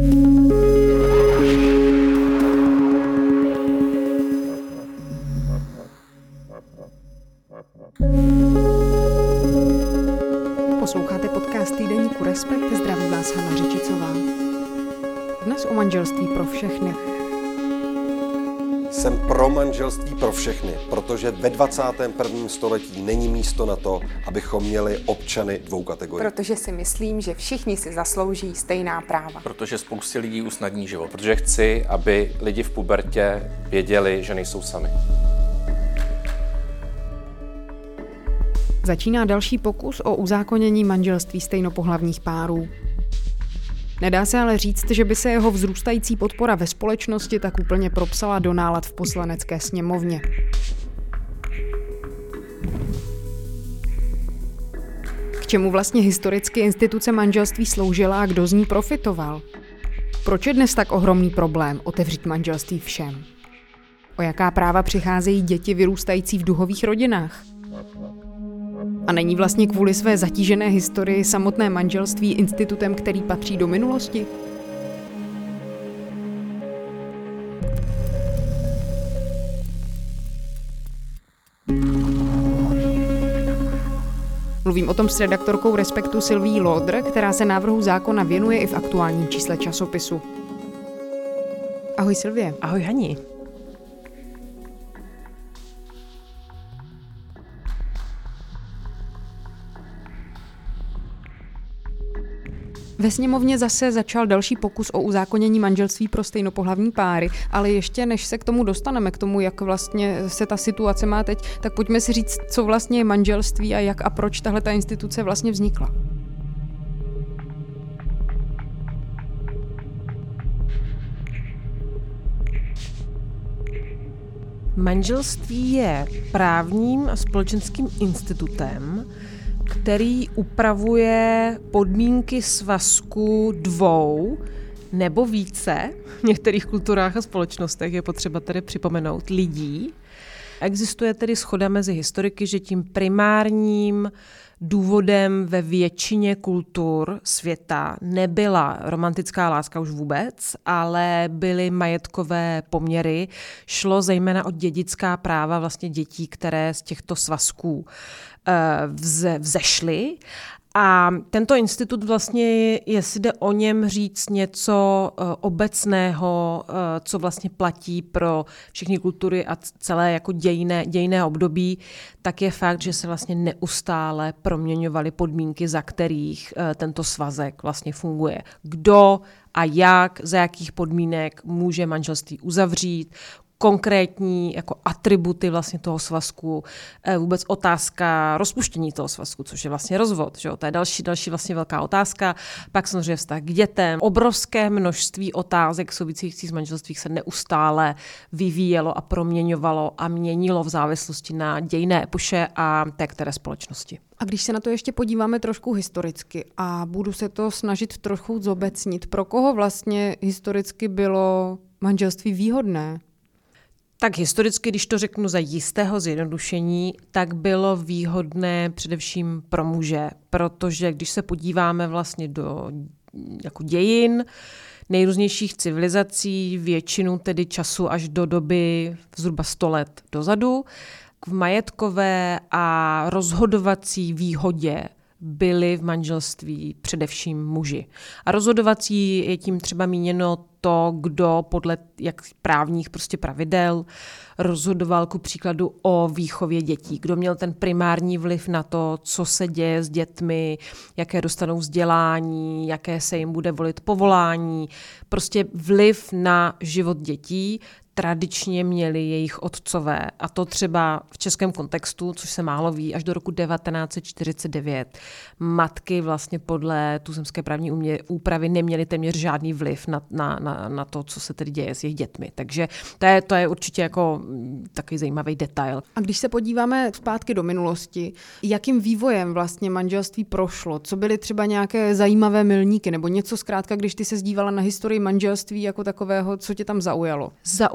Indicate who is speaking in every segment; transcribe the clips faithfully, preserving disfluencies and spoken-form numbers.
Speaker 1: Posloucháte podcast týdeníku Respekt, zdraví vás Hana Řičicová. Dnes o manželství pro všechny.
Speaker 2: Jsem pro manželství pro všechny, protože ve dvacátém prvním století není místo na to, abychom měli občany dvou kategorií.
Speaker 3: Protože si myslím, že všichni si zaslouží stejná práva.
Speaker 4: Protože spoustě lidí usnadní život. Protože chci, aby lidi v pubertě věděli, že nejsou sami.
Speaker 1: Začíná další pokus o uzákonění manželství stejnopohlavních párů. Nedá se ale říct, že by se jeho vzrůstající podpora ve společnosti tak úplně propsala do nálad v Poslanecké sněmovně. K čemu vlastně historicky instituce manželství sloužila a kdo z ní profitoval? Proč je dnes tak ohromný problém otevřít manželství všem? O jaká práva přicházejí děti vyrůstající v duhových rodinách? A není vlastně kvůli své zatížené historii samotné manželství institutem, který patří do minulosti? Mluvím o tom s redaktorkou Respektu Sylvií Lodr, která se návrhu zákona věnuje i v aktuálním čísle časopisu. Ahoj Sylvie.
Speaker 5: Ahoj Hani.
Speaker 1: Ve sněmovně zase začal další pokus o uzákonění manželství pro stejnopohlavní páry, ale ještě než se k tomu dostaneme, k tomu, jak vlastně se ta situace má teď, tak pojďme si říct, co vlastně je manželství a jak a proč tahle ta instituce vlastně vznikla.
Speaker 5: Manželství je právním a společenským institutem, který upravuje podmínky svazku dvou nebo více, v některých kulturách a společnostech je potřeba tedy připomenout, lidí. Existuje tedy shoda mezi historiky, že tím primárním důvodem ve většině kultur světa nebyla romantická láska už vůbec, ale byly majetkové poměry. Šlo zejména o dědická práva vlastně dětí, které z těchto svazků vze, vzešly. A tento institut vlastně, jestli jde o něm říct něco obecného, co vlastně platí pro všechny kultury a celé jako dějné, dějné období, tak je fakt, že se vlastně neustále proměňovaly podmínky, za kterých tento svazek vlastně funguje. Kdo a jak, za jakých podmínek může manželství uzavřít, konkrétní jako atributy vlastně toho svazku, vůbec otázka rozpuštění toho svazku, což je vlastně rozvod, že jo? To je další, další vlastně velká otázka. Pak samozřejmě vztah k dětem. Obrovské množství otázek souvisejících s manželstvím se neustále vyvíjelo a proměňovalo a měnilo v závislosti na dějné epoše a té které společnosti.
Speaker 1: A když se na to ještě podíváme trošku historicky a budu se to snažit trochu zobecnit, pro koho vlastně historicky bylo manželství výhodné?
Speaker 5: Tak historicky, když to řeknu za jistého zjednodušení, tak bylo výhodné především pro muže, protože když se podíváme vlastně do jako dějin nejrůznějších civilizací, většinu tedy času až do doby zhruba sto let dozadu, v majetkové a rozhodovací výhodě byli v manželství především muži. A rozhodovací je tím třeba míněno to, kdo podle jak právních prostě pravidel rozhodoval ku příkladu o výchově dětí. Kdo měl ten primární vliv na to, co se děje s dětmi, jaké dostanou vzdělání, jaké se jim bude volit povolání. Prostě vliv na život dětí tradičně měli jejich otcové. A to třeba v českém kontextu, což se málo ví, až do roku devatenáct set čtyřicet devět. Matky vlastně podle tuzemské právní úpravy neměly téměř žádný vliv na, na, na, na to, co se tedy děje s jejich dětmi. Takže to je, to je určitě jako takový zajímavý detail.
Speaker 1: A když se podíváme zpátky do minulosti, jakým vývojem vlastně manželství prošlo? Co byly třeba nějaké zajímavé milníky nebo něco zkrátka, když ty se zdívala na historii manželství jako takového, co tě tam zaujalo?
Speaker 5: Zaujalo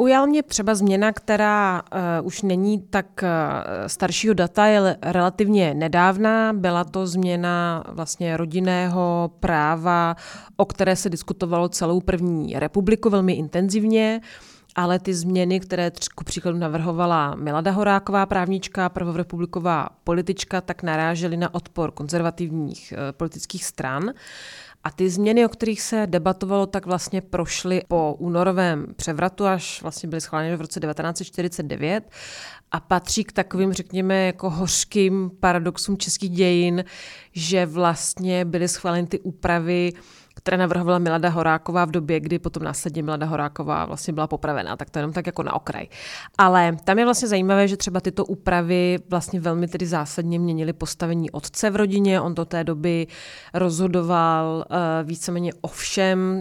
Speaker 5: Zaujal mě třeba změna, která uh, už není tak uh, staršího data, je relativně nedávná. Byla to změna vlastně rodinného práva, o které se diskutovalo celou první republiku velmi intenzivně. Ale ty změny, které ku příkladu navrhovala Milada Horáková, právnička, prvorepubliková politička, tak narážely na odpor konzervativních e, politických stran. A ty změny, o kterých se debatovalo, tak vlastně prošly po únorovém převratu, až vlastně byly schváleny v roce devatenáct set čtyřicet devět a patří k takovým, řekněme, jako hořkým paradoxům českých dějin, že vlastně byly schváleny ty úpravy, které navrhovala Milada Horáková v době, kdy potom následně Milada Horáková vlastně byla popravená, tak to jenom tak jako na okraj. Ale tam je vlastně zajímavé, že třeba tyto úpravy vlastně velmi tedy zásadně měnily postavení otce v rodině. On do té doby rozhodoval uh, víceméně o všem,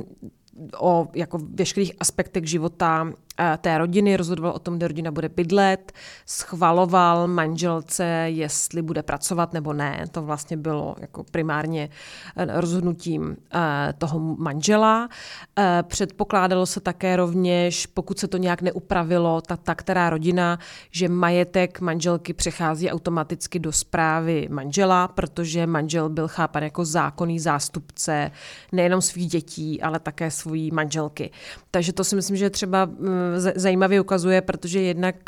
Speaker 5: o jako veškerých aspektech života té rodiny, rozhodoval o tom, kde rodina bude bydlet, schvaloval manželce, jestli bude pracovat nebo ne. To vlastně bylo jako primárně rozhodnutím toho manžela. Předpokládalo se také rovněž, pokud se to nějak neupravilo, ta, ta která rodina, že majetek manželky přechází automaticky do správy manžela, protože manžel byl chápan jako zákonný zástupce nejenom svých dětí, ale také svojí manželky. Takže to si myslím, že třeba zajímavě ukazuje, protože jednak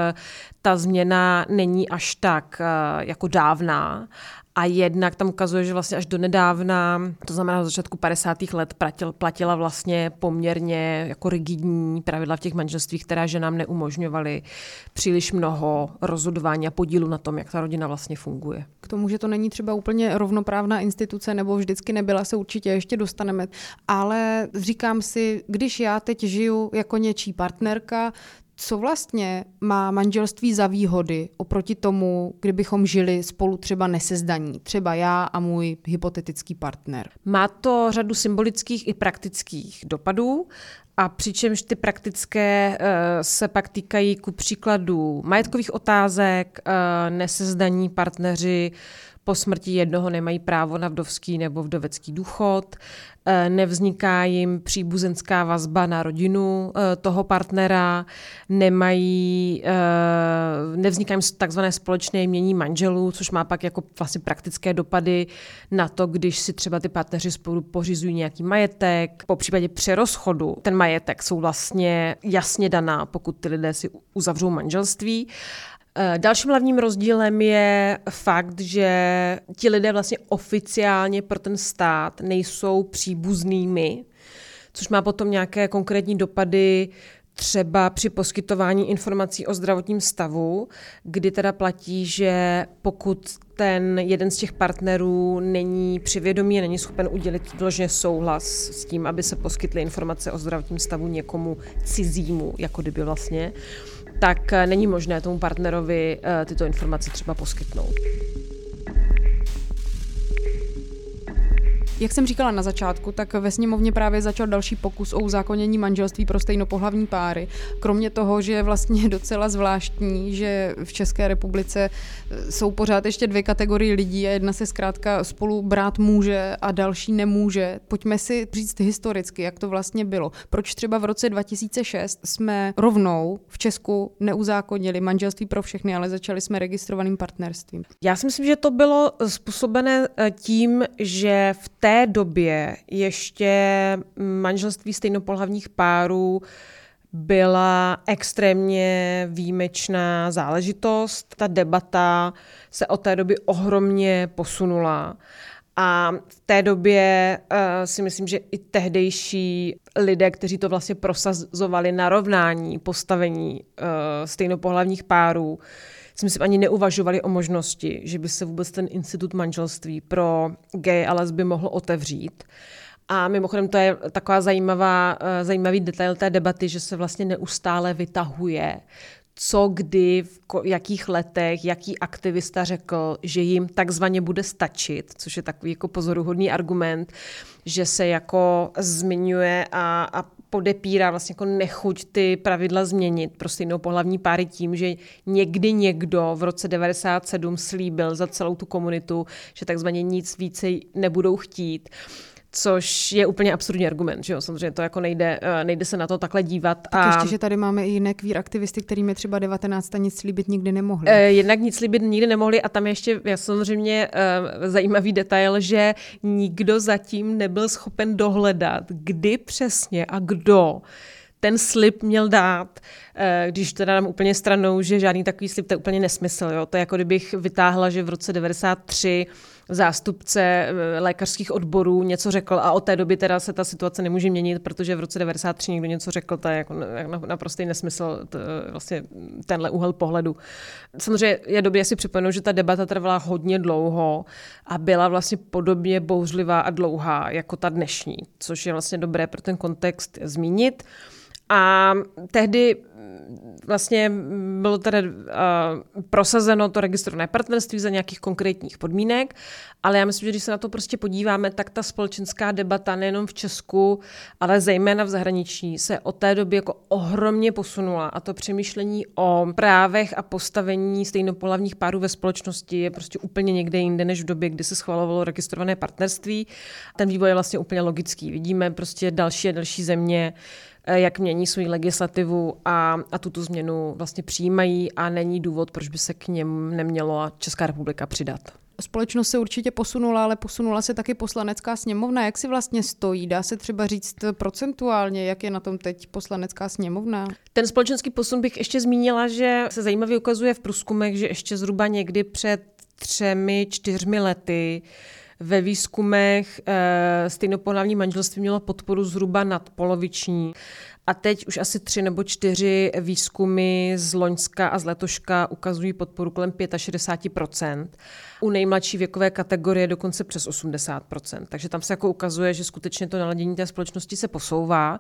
Speaker 5: ta změna není až tak jako dávná a jednak tam ukazuje, že vlastně až do nedávna, to znamená na začátku padesátých let, platil, platila vlastně poměrně jako rigidní pravidla v těch manželstvích, která ženám neumožňovaly příliš mnoho rozhodování a podílu na tom, jak ta rodina vlastně funguje.
Speaker 1: K tomu, že to není třeba úplně rovnoprávná instituce, nebo vždycky nebyla, se určitě ještě dostaneme, ale říkám si, když já teď žiju jako něčí partnerka, co vlastně má manželství za výhody oproti tomu, kdybychom žili spolu třeba nesezdaní, třeba já a můj hypotetický partner?
Speaker 5: Má to řadu symbolických i praktických dopadů, a přičemž ty praktické uh, se pak týkají ku příkladu majetkových otázek, uh, nesezdaní partneři po smrti jednoho nemají právo na vdovský nebo vdovecký důchod, nevzniká jim příbuzenská vazba na rodinu toho partnera, nemají, nevzniká jim takzvané společné jmění manželů, což má pak jako vlastně praktické dopady na to, když si třeba ty partneři spolu pořizují nějaký majetek. Po případě přerozchodu ten majetek jsou vlastně jasně daná, pokud ty lidé si uzavřou manželství. Dalším hlavním rozdílem je fakt, že ti lidé vlastně oficiálně pro ten stát nejsou příbuznými, což má potom nějaké konkrétní dopady třeba při poskytování informací o zdravotním stavu, kdy teda platí, že pokud ten jeden z těch partnerů není při vědomí, není schopen udělit vyloženě souhlas s tím, aby se poskytly informace o zdravotním stavu někomu cizímu, jako kdyby vlastně, tak není možné tomu partnerovi tyto informace třeba poskytnout.
Speaker 1: Jak jsem říkala na začátku, tak ve sněmovně právě začal další pokus o uzákonění manželství pro stejnopohlavní páry. Kromě toho, že je vlastně docela zvláštní, že v České republice jsou pořád ještě dvě kategorie lidí a jedna se zkrátka spolu brát může a další nemůže. Pojďme si říct historicky, jak to vlastně bylo. Proč třeba v roce dva tisíce šest jsme rovnou v Česku neuzákonili manželství pro všechny, ale začali jsme registrovaným partnerstvím?
Speaker 5: Já si myslím, že to bylo způsobené tím, že v té době ještě manželství stejnopohlavních párů byla extrémně výjimečná záležitost. Ta debata se od té doby ohromně posunula. A v té době uh, si myslím, že i tehdejší lidé, kteří to vlastně prosazovali narovnání postavení uh, stejnopohlavních párů, si myslím, ani neuvažovali o možnosti, že by se vůbec ten institut manželství pro gay a lesby mohl otevřít. A mimochodem to je taková zajímavá, zajímavý detail té debaty, že se vlastně neustále vytahuje, co kdy, v jakých letech, jaký aktivista řekl, že jim takzvaně bude stačit, což je takový jako pozoruhodný argument, že se jako zmiňuje a, a podepírá vlastně jako nechuť ty pravidla změnit pro stejnopohlavní páry tím, že někdy někdo v roce devadesát sedm slíbil za celou tu komunitu, že takzvaně nic více nebudou chtít. což je úplně absurdní argument, že jo, samozřejmě to jako nejde, nejde se na to takhle dívat.
Speaker 1: Tak a ještě, že tady máme i jiné queer aktivisty, kterým je třeba devatenáct a nic slíbit nikdy nemohli.
Speaker 5: Jednak nic slíbit nikdy nemohli a tam ještě je samozřejmě uh, zajímavý detail, že nikdo zatím nebyl schopen dohledat, kdy přesně a kdo ten slib měl dát, když teda dám úplně stranou, že žádný takový slib, to je úplně nesmysl. Jo? To je jako kdybych vytáhla, že v roce devadesát tři zástupce lékařských odborů něco řekl a od té doby teda se ta situace nemůže měnit, protože v roce devadesát tři někdo něco řekl, to je jako naprostý nesmysl, to, vlastně tenhle úhel pohledu. Samozřejmě je dobré si připomenout, že ta debata trvala hodně dlouho a byla vlastně podobně bouřlivá a dlouhá jako ta dnešní, což je vlastně dobré pro ten kontext zmínit. A tehdy vlastně bylo tedy uh, prosazeno to registrované partnerství za nějakých konkrétních podmínek, ale já myslím, že když se na to prostě podíváme, tak ta společenská debata nejenom v Česku, ale zejména v zahraničí se od té doby jako ohromně posunula a to přemýšlení o právech a postavení stejnopohlavních párů ve společnosti je prostě úplně někde jinde, než v době, kdy se schvalovalo registrované partnerství. Ten vývoj je vlastně úplně logický. Vidíme prostě další a další země, jak mění svou legislativu a, a tuto změnu vlastně přijímají a není důvod, proč by se k něm neměla Česká republika přidat.
Speaker 1: Společnost se určitě posunula, ale posunula se taky Poslanecká sněmovna. Jak si vlastně stojí? Dá se třeba říct procentuálně, jak je na tom teď Poslanecká sněmovna?
Speaker 5: Ten společenský posun bych ještě zmínila, že se zajímavě ukazuje v průzkumech, že ještě zhruba někdy před třemi, čtyřmi lety ve výzkumech e, stejnopohlavní manželství mělo podporu zhruba nadpoloviční. A teď už asi tři nebo čtyři výzkumy z loňska a z letoška ukazují podporu kolem šedesát pět procent. U nejmladší věkové kategorie dokonce přes osmdesát procent. Takže tam se jako ukazuje, že skutečně to naladění té společnosti se posouvá.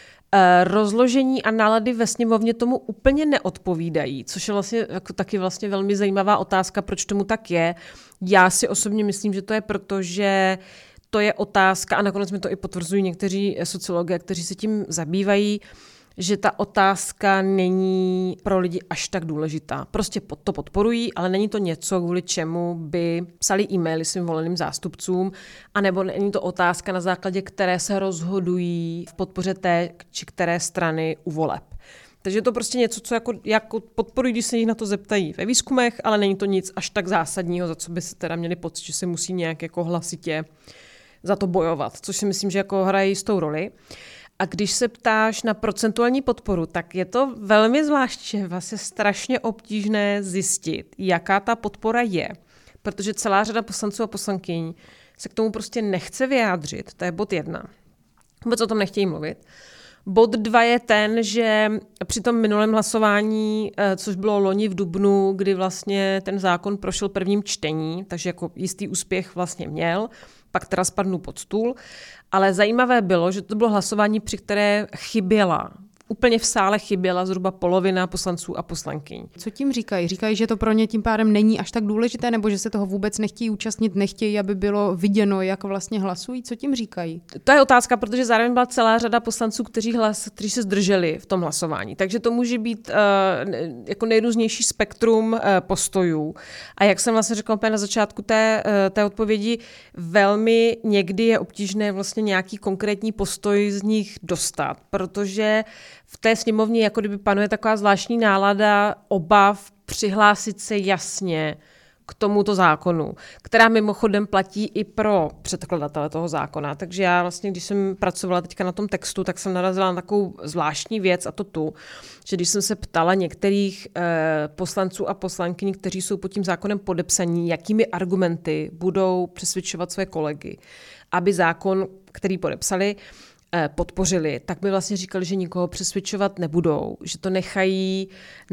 Speaker 5: Rozložení a nálady ve sněmovně tomu úplně neodpovídají, což je vlastně jako taky vlastně velmi zajímavá otázka, proč tomu tak je. Já si osobně myslím, že to je proto, že to je otázka, a nakonec mi to i potvrzují někteří sociologové, kteří se tím zabývají, že ta otázka není pro lidi až tak důležitá. Prostě to podporují, ale není to něco, kvůli čemu by psali e-maily svým voleným zástupcům, anebo není to otázka, na základě které se rozhodují v podpoře té či které strany u voleb. Takže je to prostě něco, co jako, jako podporují, když se jich na to zeptají ve výzkumech, ale není to nic až tak zásadního, za co by se teda měli pocit, že se musí nějak jako hlasitě za to bojovat, což si myslím, že jako hraje jistou roli. A když se ptáš na procentuální podporu, tak je to velmi zvláštně, vlastně strašně obtížné zjistit, jaká ta podpora je, protože celá řada poslanců a poslankyň se k tomu prostě nechce vyjádřit, to je bod jedna. Vůbec o tom nechtějí mluvit. Bod dva je ten, že při tom minulém hlasování, což bylo loni v dubnu, kdy vlastně ten zákon prošel prvním čtení, takže jako jistý úspěch vlastně měl, pak teda spadnul pod stůl, ale zajímavé bylo, že to bylo hlasování, při které chyběla, úplně v sále chyběla zhruba polovina poslanců a poslankyň.
Speaker 1: Co tím říkají? Říkají, že to pro ně tím pádem není až tak důležité, nebo že se toho vůbec nechtějí účastnit, nechtějí, aby bylo viděno, jak vlastně hlasují? Co tím říkají?
Speaker 5: To je otázka, protože zároveň byla celá řada poslanců, kteří, hlas, kteří se zdrželi v tom hlasování. Takže to může být uh, jako nejrůznější spektrum uh, postojů. A jak jsem vlastně řekla úplně na začátku té, uh, té odpovědi, velmi někdy je obtížné vlastně nějaký konkrétní postoj z nich dostat, protože v té sněmovně jako kdyby panuje taková zvláštní nálada obav přihlásit se jasně k tomuto zákonu, která mimochodem platí i pro předkladatele toho zákona. Takže já vlastně, když jsem pracovala teďka na tom textu, tak jsem narazila na takovou zvláštní věc a to tu, že když jsem se ptala některých eh, poslanců a poslankyň, kteří jsou pod tím zákonem podepsaní, jakými argumenty budou přesvědčovat své kolegy, aby zákon, který podepsali, podpořili, tak by vlastně říkali, že nikoho přesvědčovat nebudou, že to nechají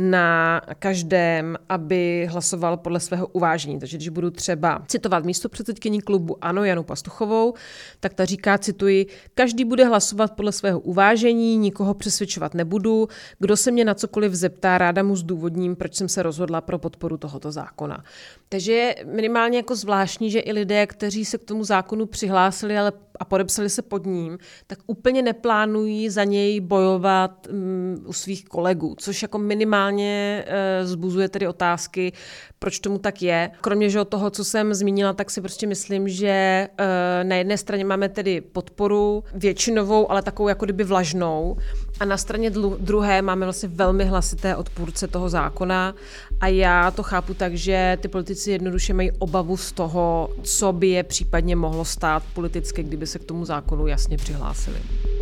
Speaker 5: na každém, aby hlasoval podle svého uvážení. Takže když budu třeba citovat místopředsedkyni klubu ANO Janu Pastuchovou, tak ta říká, cituji, každý bude hlasovat podle svého uvážení, nikoho přesvědčovat nebudu, kdo se mě na cokoliv zeptá, ráda mu zdůvodním, proč jsem se rozhodla pro podporu tohoto zákona. Takže je minimálně jako zvláštní, že i lidé, kteří se k tomu zákonu přihlásili, ale a podepsali se pod ním, tak úplně neplánují za něj bojovat um, u svých kolegů, což jako minimálně uh, zbuzuje tedy otázky, proč tomu tak je. Kromě že od toho, co jsem zmínila, tak si prostě myslím, že uh, na jedné straně máme tedy podporu většinovou, ale takovou jako kdyby vlažnou, a na straně dlu- druhé máme vlastně velmi hlasité odpůrce toho zákona a já to chápu tak, že ty politici jednoduše mají obavu z toho, co by je případně mohlo stát politicky, kdyby se k tomu zákonu jasně přihlásili.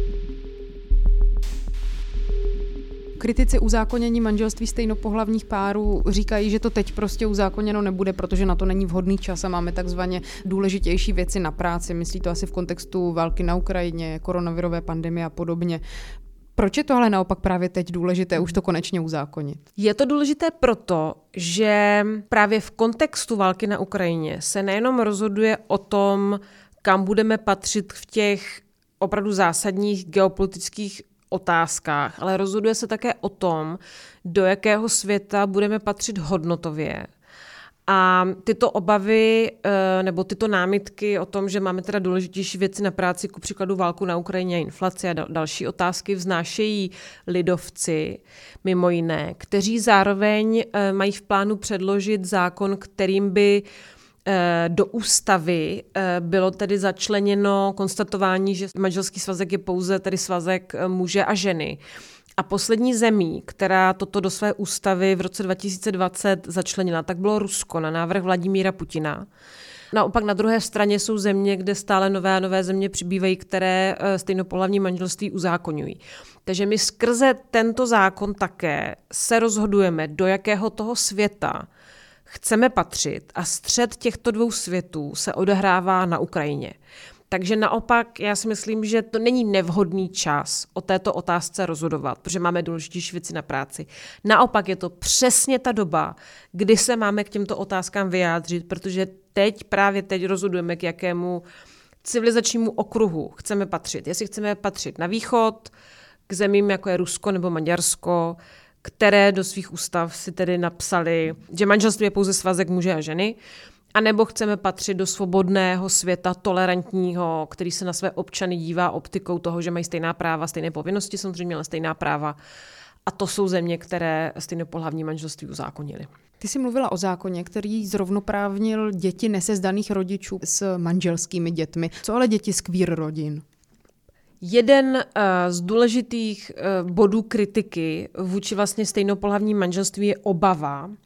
Speaker 1: Kritici uzákonění manželství stejnopohlavních párů říkají, že to teď prostě uzákoněno nebude, protože na to není vhodný čas a máme takzvaně důležitější věci na práci. Myslí to asi v kontextu války na Ukrajině, koronavirové pandemie a podobně. Proč je to ale naopak právě teď důležité už to konečně uzákonit?
Speaker 5: Je to důležité proto, že právě v kontextu války na Ukrajině se nejenom rozhoduje o tom, kam budeme patřit v těch opravdu zásadních geopolitických otázkách, ale rozhoduje se také o tom, do jakého světa budeme patřit hodnotově. A tyto obavy nebo tyto námitky o tom, že máme teda důležitější věci na práci, ku příkladu válku na Ukrajině a inflaci a další otázky, vznášejí lidovci, mimo jiné, kteří zároveň mají v plánu předložit zákon, kterým by do ústavy bylo tedy začleněno konstatování, že manželský svazek je pouze tedy svazek muže a ženy. A poslední zemí, která toto do své ústavy v roce dva tisíce dvacet začlenila, tak bylo Rusko na návrh Vladimíra Putina. Naopak na druhé straně jsou země, kde stále nové a nové země přibývají, které stejnopohlavní manželství uzákoňují. Takže my skrze tento zákon také se rozhodujeme, do jakého toho světa chceme patřit, a střet těchto dvou světů se odehrává na Ukrajině. Takže naopak já si myslím, že to není nevhodný čas o této otázce rozhodovat, protože máme důležitější věci na práci. Naopak je to přesně ta doba, kdy se máme k těmto otázkám vyjádřit, protože teď, právě teď rozhodujeme, k jakému civilizačnímu okruhu chceme patřit. Jestli chceme patřit na východ, k zemím, jako je Rusko nebo Maďarsko, které do svých ústav si tedy napsali, že manželství je pouze svazek muže a ženy, a nebo chceme patřit do svobodného světa, tolerantního, který se na své občany dívá optikou toho, že mají stejná práva, stejné povinnosti, samozřejmě, ale stejná práva. A to jsou země, které stejnopohlavní manželství uzákonily.
Speaker 1: Ty jsi mluvila o zákoně, který zrovnoprávnil děti nesezdaných rodičů s manželskými dětmi. Co ale děti z queer rodin?
Speaker 5: Jeden uh, z důležitých uh, bodů kritiky vůči vlastně stejnopohlavním manželství je obava, uh,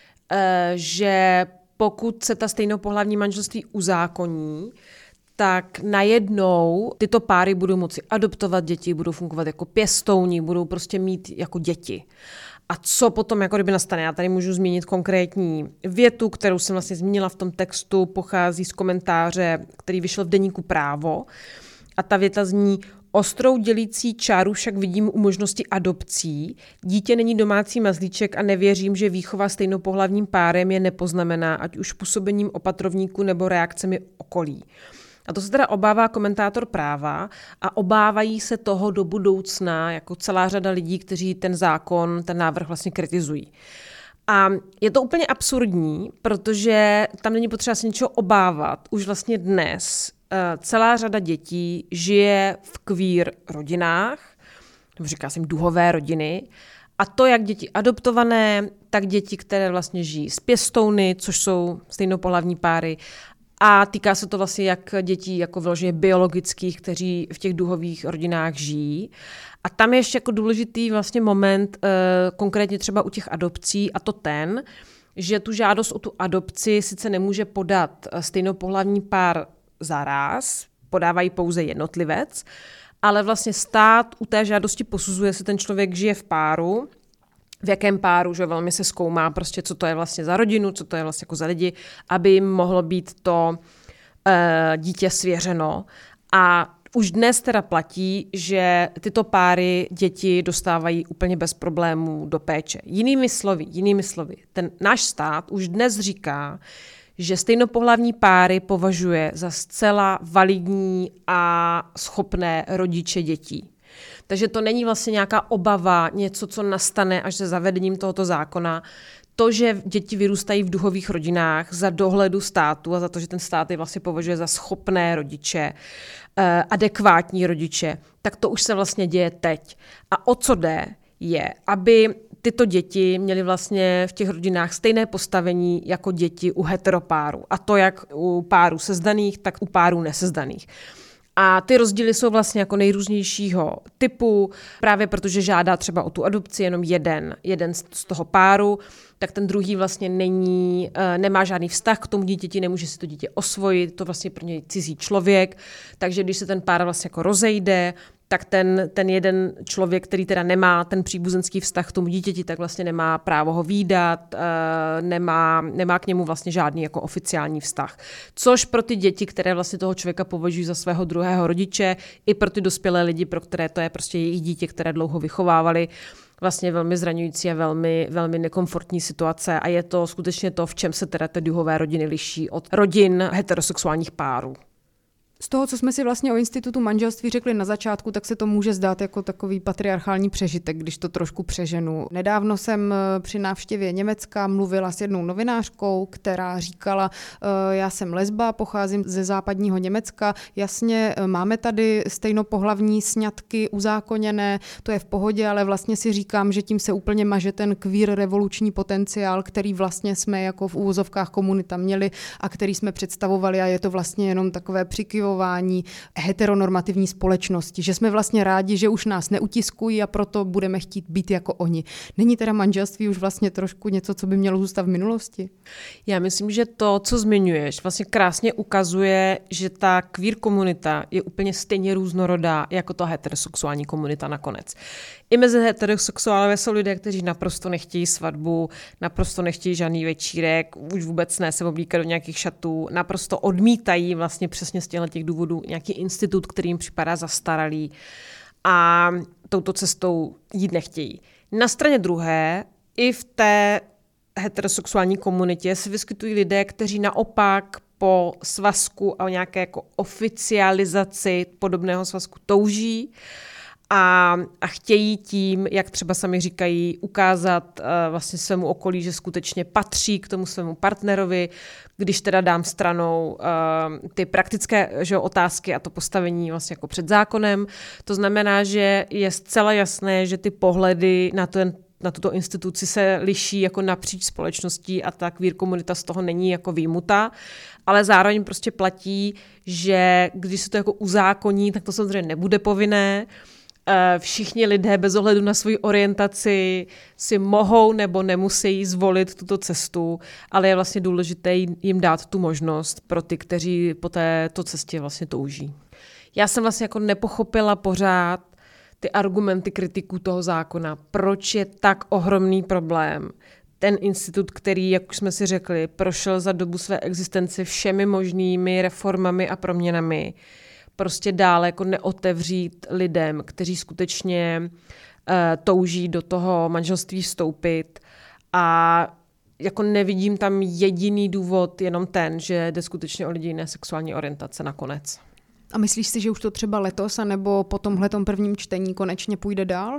Speaker 5: že pokud se ta stejnopohlavní manželství uzákoní, tak najednou tyto páry budou moci adoptovat děti, budou fungovat jako pěstouni, budou prostě mít jako děti. A co potom jako kdyby nastane? Já tady můžu zmínit konkrétní větu, kterou jsem vlastně zmínila v tom textu, pochází z komentáře, který vyšel v deníku Právo. A ta věta zní: ostrou dělící čáru však vidím u možnosti adopcí. Dítě není domácí mazlíček a nevěřím, že výchova stejnopohlavním párem je nepoznamená, ať už působením opatrovníků nebo reakcemi okolí. A to se teda obává komentátor Práva a obávají se toho do budoucna jako celá řada lidí, kteří ten zákon, ten návrh vlastně kritizují. A je to úplně absurdní, protože tam není potřeba se něčeho obávat. Už vlastně dnes celá řada dětí žije v queer rodinách, nebo říká se jim duhové rodiny, a to jak děti adoptované, tak děti, které vlastně žijí s pěstouny, což jsou stejnopohlavní páry, a týká se to vlastně jak dětí jako vyloženě biologických, kteří v těch duhových rodinách žijí. A tam je ještě jako důležitý vlastně moment, konkrétně třeba u těch adopcí, a to ten, že tu žádost o tu adopci sice nemůže podat stejnopohlavní pár zaráz, podávají pouze jednotlivec, ale vlastně stát u té žádosti posuzuje, jestli ten člověk žije v páru, v jakém páru, že velmi se zkoumá prostě, co to je vlastně za rodinu, co to je vlastně jako za lidi, aby jim mohlo být to e, dítě svěřeno. A už dnes teda platí, že tyto páry děti dostávají úplně bez problémů do péče. Jinými slovy, jinými slovy, ten náš stát už dnes říká, že stejnopohlavní páry považuje za zcela validní a schopné rodiče dětí. Takže to není vlastně nějaká obava, něco, co nastane až se zavedením tohoto zákona. To, že děti vyrůstají v duhových rodinách za dohledu státu a za to, že ten stát je vlastně považuje za schopné rodiče, adekvátní rodiče, tak to už se vlastně děje teď. A o co jde, je, aby tyto děti měly vlastně v těch rodinách stejné postavení jako děti u heteropáru. A to jak u párů sezdaných, tak u párů nesezdaných. A ty rozdíly jsou vlastně jako nejrůznějšího typu, právě protože žádá třeba o tu adopci jenom jeden, jeden z toho páru, tak ten druhý vlastně není, nemá žádný vztah k tomu dítěti, nemůže si to dítě osvojit, to vlastně pro něj cizí člověk, takže když se ten pár vlastně jako rozejde, tak ten, ten jeden člověk, který teda nemá ten příbuzenský vztah k tomu dítěti, tak vlastně nemá právo ho vídat, nemá, nemá k němu vlastně žádný jako oficiální vztah. Což pro ty děti, které vlastně toho člověka považují za svého druhého rodiče, i pro ty dospělé lidi, pro které to je prostě jejich dítě, které dlouho vychovávali, vlastně velmi zraňující a velmi, velmi nekomfortní situace a je to skutečně to, v čem se teda ty duhové rodiny liší od rodin heterosexuálních párů.
Speaker 1: Z toho, co jsme si vlastně o institutu manželství řekli na začátku, tak se to může zdát jako takový patriarchální přežitek, když to trošku přeženu. Nedávno jsem při návštěvě Německa mluvila s jednou novinářkou, která říkala, já jsem lesba, pocházím ze západního Německa, jasně, máme tady stejnopohlavní sňatky uzákoněné, to je v pohodě, ale vlastně si říkám, že tím se úplně maže ten queer revoluční potenciál, který vlastně jsme jako v úvozovkách komunita měli a který jsme představovali a je to vlastně jenom takové přikyvování heteronormativní společnosti, že jsme vlastně rádi, že už nás neutiskují a proto budeme chtít být jako oni. Není teda manželství už vlastně trošku něco, co by mělo zůstat v minulosti?
Speaker 5: Já myslím, že to, co zmiňuješ, vlastně krásně ukazuje, že ta queer komunita je úplně stejně různorodá jako ta heterosexuální komunita nakonec. I mezi heterosexuálové jsou lidé, kteří naprosto nechtějí svatbu, naprosto nechtějí žádný večírek, už vůbec ne se oblíkat do nějakých šatů, naprosto odmítají vlastně přesně z těch důvodů nějaký institut, který jim připadá zastaralý a touto cestou jít nechtějí. Na straně druhé, i v té heterosexuální komunitě se vyskytují lidé, kteří naopak po svazku a nějaké jako oficializaci podobného svazku touží a, a chtějí tím, jak třeba sami říkají, ukázat uh, vlastně svému okolí, že skutečně patří k tomu svému partnerovi, když teda dám stranou uh, ty praktické že, otázky a to postavení vlastně jako před zákonem. To znamená, že je zcela jasné, že ty pohledy na ten na tuto instituci se liší jako napříč společností a ta queer komunita z toho není jako výjimuta, ale zároveň prostě platí, že když se to jako uzákoní, tak to samozřejmě nebude povinné. Všichni lidé bez ohledu na svoji orientaci si mohou nebo nemusí zvolit tuto cestu, ale je vlastně důležité jim dát tu možnost pro ty, kteří po této cestě vlastně touží. Já jsem vlastně jako nepochopila pořád ty argumenty kritiků toho zákona, proč je tak ohromný problém. Ten institut, který, jak už jsme si řekli, prošel za dobu své existence všemi možnými reformami a proměnami, prostě dále jako neotevřít lidem, kteří skutečně uh, touží do toho manželství vstoupit a jako nevidím tam jediný důvod, jenom ten, že jde skutečně o lidi jiné sexuální orientace nakonec.
Speaker 1: A myslíš si, že už to třeba letos, anebo po tomhletom prvním čtení konečně půjde dál?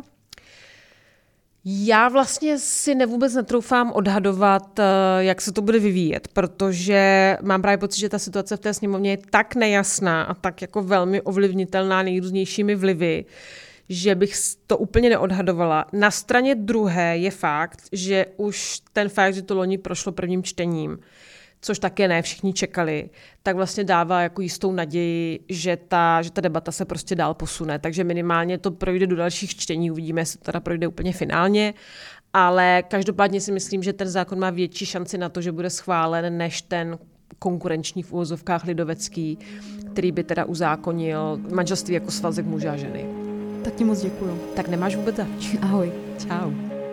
Speaker 5: Já vlastně si nevůbec netroufám odhadovat, jak se to bude vyvíjet, protože mám právě pocit, že ta situace v té sněmovně je tak nejasná a tak jako velmi ovlivnitelná nejrůznějšími vlivy, že bych to úplně neodhadovala. Na straně druhé je fakt, že už ten fakt, že to loni prošlo prvním čtením, což také ne všichni čekali, tak vlastně dává jako jistou naději, že ta, že ta debata se prostě dál posune. Takže minimálně to projde do dalších čtení, uvidíme, jestli to teda projde úplně finálně, ale každopádně si myslím, že ten zákon má větší šanci na to, že bude schválen, než ten konkurenční v úvozovkách lidovecký, který by teda uzákonil manželství jako svazek muže a ženy.
Speaker 1: Tak ti moc děkuju.
Speaker 5: Tak nemáš vůbec zač.
Speaker 1: Ahoj.
Speaker 5: Čau.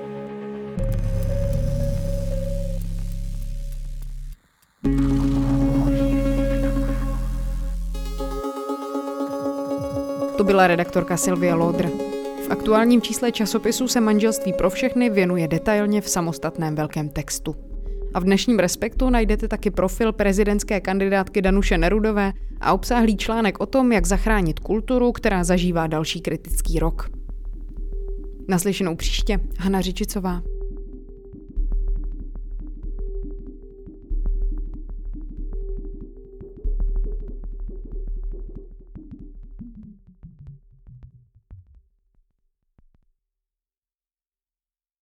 Speaker 1: To byla redaktorka Sylvie Lodr. V aktuálním čísle časopisu se manželství pro všechny věnuje detailně v samostatném velkém textu. A v dnešním Respektu najdete taky profil prezidentské kandidátky Danuše Nerudové a obsáhlý článek o tom, jak zachránit kulturu, která zažívá další kritický rok. Naslyšenou příště, Hana Řičicová.